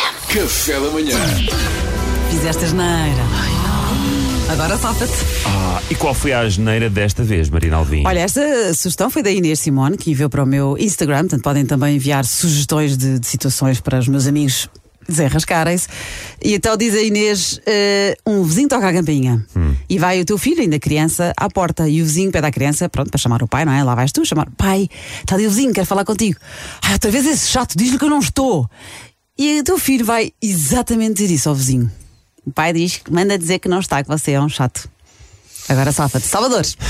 Café da manhã. Fizeste asneira. Agora safa-te. E qual foi a asneira desta vez, Marina Alvim? Olha, esta sugestão foi da Inês Simone, que enviou para o meu Instagram. Portanto, podem também enviar sugestões de situações para os meus amigos desenrascarem-se. E então diz a Inês: um vizinho toca a campainha e vai o teu filho, ainda criança, à porta. E o vizinho pede à criança, pronto, para chamar o pai, não é? Lá vais tu chamar: pai, está ali o vizinho, quer falar contigo. Outra vez esse chato, diz-lhe que eu não estou. E o teu filho vai exatamente dizer isso ao vizinho. O pai diz, manda dizer que não está, que você é um chato. Agora safa-te. Salvador. 3,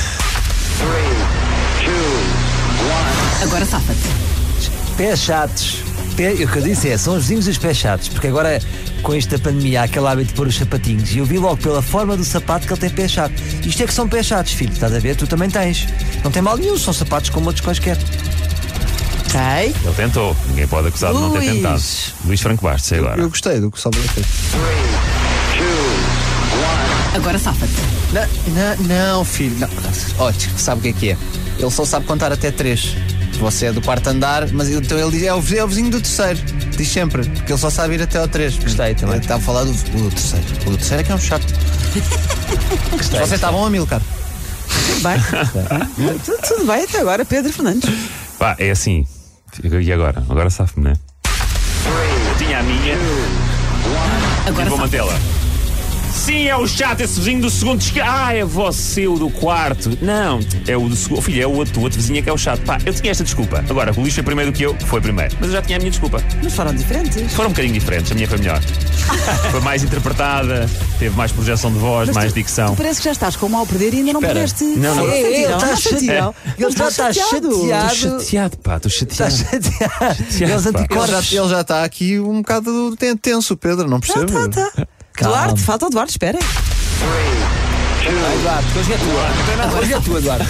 2, 1. Agora safa-te. Pés chatos. O que eu disse são os vizinhos dos pés chatos. Porque agora, com esta pandemia, há aquele hábito de pôr os sapatinhos. E eu vi logo pela forma do sapato que ele tem pé chato. Isto é que são pés chatos, filho. Estás a ver? Tu também tens. Não tem mal nenhum, são sapatos como outros quaisquer. Ok. Ele tentou. Ninguém pode acusar de não ter tentado. Luís Franco Bastos, agora. Eu gostei do que o Salvador fez. Agora safa-te. Não, filho. Não. Olha, sabe o que é? Ele só sabe contar até 3. Você é do quarto andar, mas então ele diz, é o vizinho do terceiro. Diz sempre, porque ele só sabe ir até ao 3. Gostei também. Ele está a falar do terceiro. O do terceiro é que é um chato. Gostei. Você está bom, Amilcar? Tudo bem. Tudo bem até agora, Pedro Fernandes. Pá, é assim. E agora? Agora safe-me, né? Eu tinha a minha. Agora E vou safa-te. mantê-la. Sim, é o chato, esse vizinho do segundo. É você o do quarto. Não, é o do segundo. Filho, é o outro vizinho que é o chato. Pá, eu tinha esta desculpa. Agora, o Luís foi primeiro do que eu, foi primeiro. Mas eu já tinha a minha desculpa. Mas foram diferentes. Foram um bocadinho diferentes, a minha foi melhor. Foi mais interpretada, teve mais projeção de voz, Mas mais tu dicção. parece que já estás com o mal a perder e ainda não pudeste. Não. Ele está chateado. Ele está chateado. Estou chateado, pá, estou Está chateado. chateado. Eles pá. anticorpos. Ele já está aqui um bocado tenso, Pedro, não percebo? Tá. Calma. Duarte, falta o Duarte, espera. Eduardo, hoje é tua. Hoje é tua, Eduardo.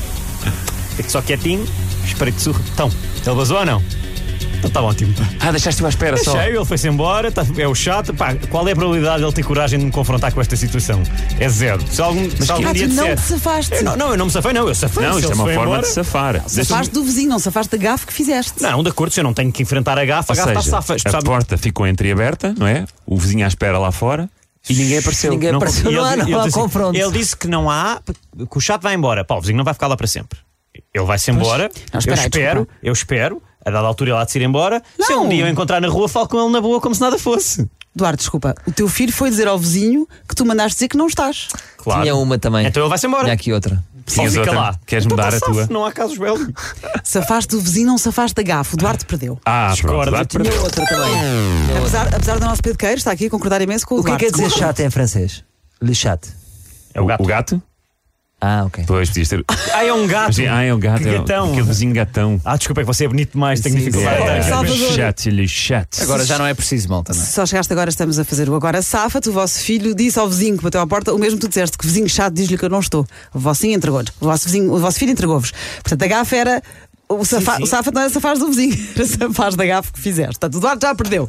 Fique só quietinho, espera que surra. Então, ele vazou ou não? Então está ótimo. Deixaste-o à espera só. Deixei, ele foi-se embora, é o chato. Pá, qual é a probabilidade de ele ter coragem de me confrontar com esta situação? É zero. Se algum dia Tu não disser. te safaste. Eu não me safei, não, eu safei. Não, Se isto é ele uma foi forma embora, de safar. Safaste do vizinho, não safaste da gafe que fizeste. Não, de acordo, se eu não tenho que enfrentar a gafa, Ou a gafa está seja, safa. a porta ficou entreaberta, não é? O vizinho à espera lá fora e ninguém apareceu. Ninguém apareceu. E Não há ele disse, confronto. Ele disse que não há, que o chato vai embora. Pá, o vizinho não vai ficar lá para sempre. Ele vai-se embora. Não, espera aí, eu espero. A dada altura ele há de se ir embora. Se Não. um dia eu encontrar na rua, falo com ele na boa como se nada fosse. Duarte, desculpa. O teu filho foi dizer ao vizinho que tu mandaste dizer que não estás. Claro. Tinha uma também. Então ele vai-se embora. Tinha aqui outra. Só Tinhas fica outra? lá. Queres Então mudar tá a tua? safo, não há casos belos. Safaste do vizinho, não safaste da gafe. O Duarte perdeu. Pronto. Discordo. Duarte Tinha perdeu. outra também. Apesar do nosso Pedro Queiro estar aqui a concordar imenso com o O que Duarte. quer dizer chato em francês? Le chat. É o gato. O gato? Ah, ok. Pois, podias ter. É um gato. É o gato. Que gatão. Aquele vizinho gatão. Desculpa, é que você é bonito demais, tenho Sim, dificuldade. sim. Salvador. Le chat. Agora já não é preciso, malta, não é? Se só chegaste agora, estamos a fazer o Agora Safa-te. O vosso filho disse ao vizinho que bateu à porta o mesmo que tu disseste, que o vizinho chato diz-lhe que eu não estou. O vosso filho entregou-lhe. O vosso filho entregou-vos. Portanto, a gafe era. O safa não era safaz do vizinho, era safaz da gafe que fizeste. Portanto, o Duarte já perdeu.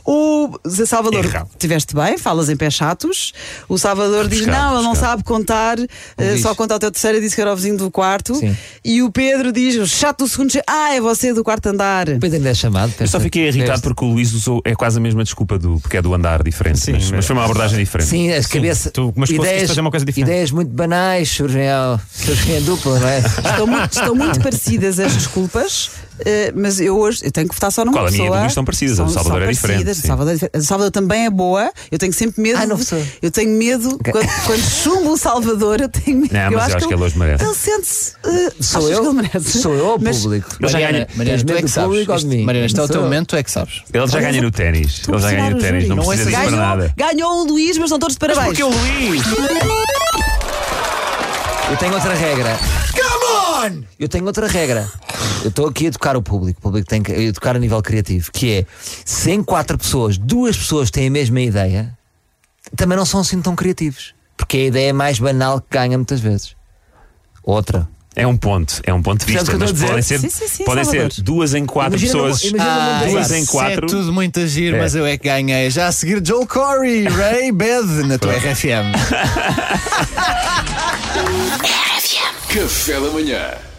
O Zé Salvador, Errado. tiveste bem, falas em pés chatos. O Salvador diz: Rebuscado, não, ele não rebuscado. sabe contar, só conta ao teu terceiro e disse que era o vizinho do quarto. Sim. E o Pedro diz: o chato do segundo, é você do quarto andar. Depois ainda é chamado. Eu só fiquei irritado porque o Luís usou. É quase a mesma desculpa porque é do andar diferente. Sim, mas foi uma abordagem diferente. Sim, as cabeças. Mas conseguiste fazer uma coisa diferente. Ideias muito banais surgem em dupla, não é? Estão muito parecidas as desculpas, mas eu tenho que votar só numa Qual? A minha e pessoa. do Luís estão parecidas, a do Salvador é diferente, parecidas, sim. A do Salvador também é boa. Eu tenho sempre medo. não sou. Eu tenho medo quando chumbo o Salvador. Eu tenho medo. Não, mas eu acho que ele hoje merece. Ele sente-se. Sou achas eu? que ele merece? Sou eu ou o Mas público? Ele já ganha. Mariana, Tens tu é medo que do sabes. público ou de mim? Mariana, este é o Sou teu eu. momento, tu é que sabes. Ele já ganha no ténis. Ele já ganha no ténis. Não precisa disso para nada. Ganhou o Luís, mas estão todos de parabéns. Porque o Luís. Eu tenho outra regra. Eu tenho outra regra. Eu estou aqui a educar o público tem que educar a nível criativo, que é, se em 4 pessoas, 2 pessoas têm a mesma ideia, também não são assim tão criativos, porque a ideia é mais banal que ganha muitas vezes. Outra. É um ponto de Percebes vista, o que eu mas estou a podem dizer? ser, Sim, podem ser Salvador. 2 em 4 pessoas. Imagina o mundo duas ideal. em 4. É tudo muito agir, É. mas eu é que ganhei. Já a seguir Joel Corey, Ray Bed na tua RFM. Café da manhã.